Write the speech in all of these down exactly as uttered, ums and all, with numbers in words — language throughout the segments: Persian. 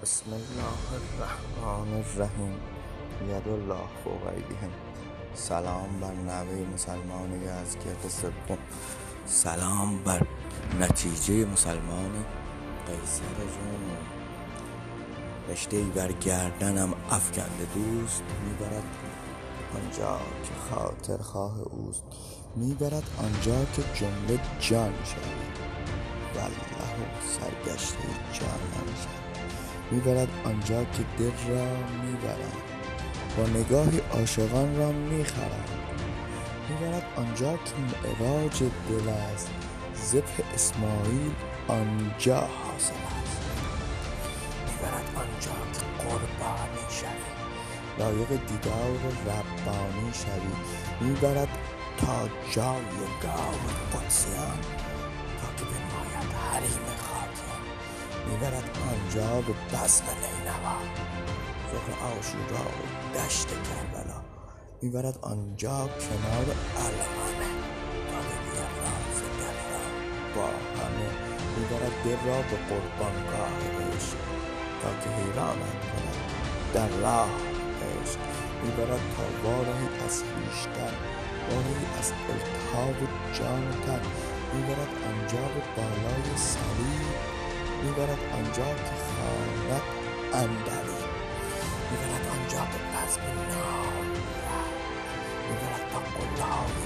بسم الله الرحمن الرحیم. ید الله فوق ایدیهم. سلام بر نوه مسلمان یزدگرد سوم. سلام بر نتیجه مسلمان قیصر روم. رشته‌ای بر گردنم افکنده دوست، میبرد آنجا که خاطر خواه اوست. میبرد آنجا که جمله جان شود، والله سرگشته جانان شود. میبرد آنجا که دل را میبرد، با نگاهی عاشقان را میخرد. میبرد آنجا که معراج دل است، ذبح اسماعیل آنجا حاصل است. میبرد آنجا که قربانی شوی، لایق دیدار ربانی شوی. میبرد تا جایگاه قدسیان، تا که بنماید حریم خاکیان. میبرد آنجا به بزم نینوا، ظهر عاشورا و دشت کربلا. میبرد آنجا کنار علمانه، تا بگوید راز دل را با همه. میبرد دل را به قربانگاه عشق، تا که حیرانت کند در راه عشق. میبرد تا وارهی از خویشتن، وارهی از التهاب جان و تن. میبرد آنجا به بالای صلیب، میبرد آنجا که خواند اندلی. میبرد آنجا به بزم نام رفت، میبرد تا قله های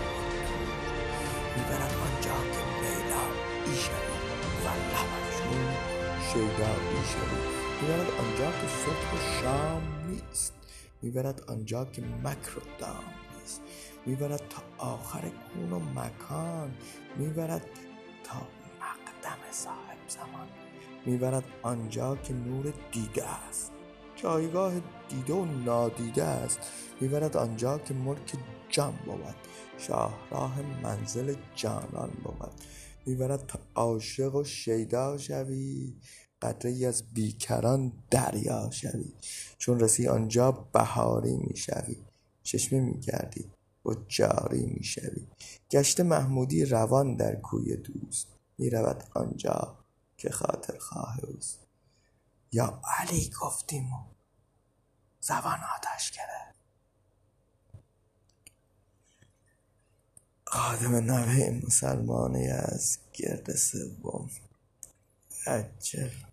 میبرد آنجا که لیلایی شوی، والله مجنون شیدایی شوی. میبرد آنجا که صبح و شام نیست، میبرد آنجا که مکر و دام نیست. میبرد تا آخر کون و مکان، میبرد تا مقدم صاحب زمان. میبرد آنجا که نور دیده است، جایگاه دیده و نادیده است. میبرد آنجا که ملک جان بود، شاهراه منزل جانان بود. میبرد تا عاشق و شیدا شوی، قطره‌ای از بیکران دریا شوی. چون رسی آنجا بهاری میشوی، چشمه میگردی و جاری میشوی. گشت محمودی روان در کوی دوست، میرود آنجا که خاطر خواه اوست. یا علی گفتیم و زبان آتش گرفت. خادم نوه مسلمان یزدگرد سوم. عجل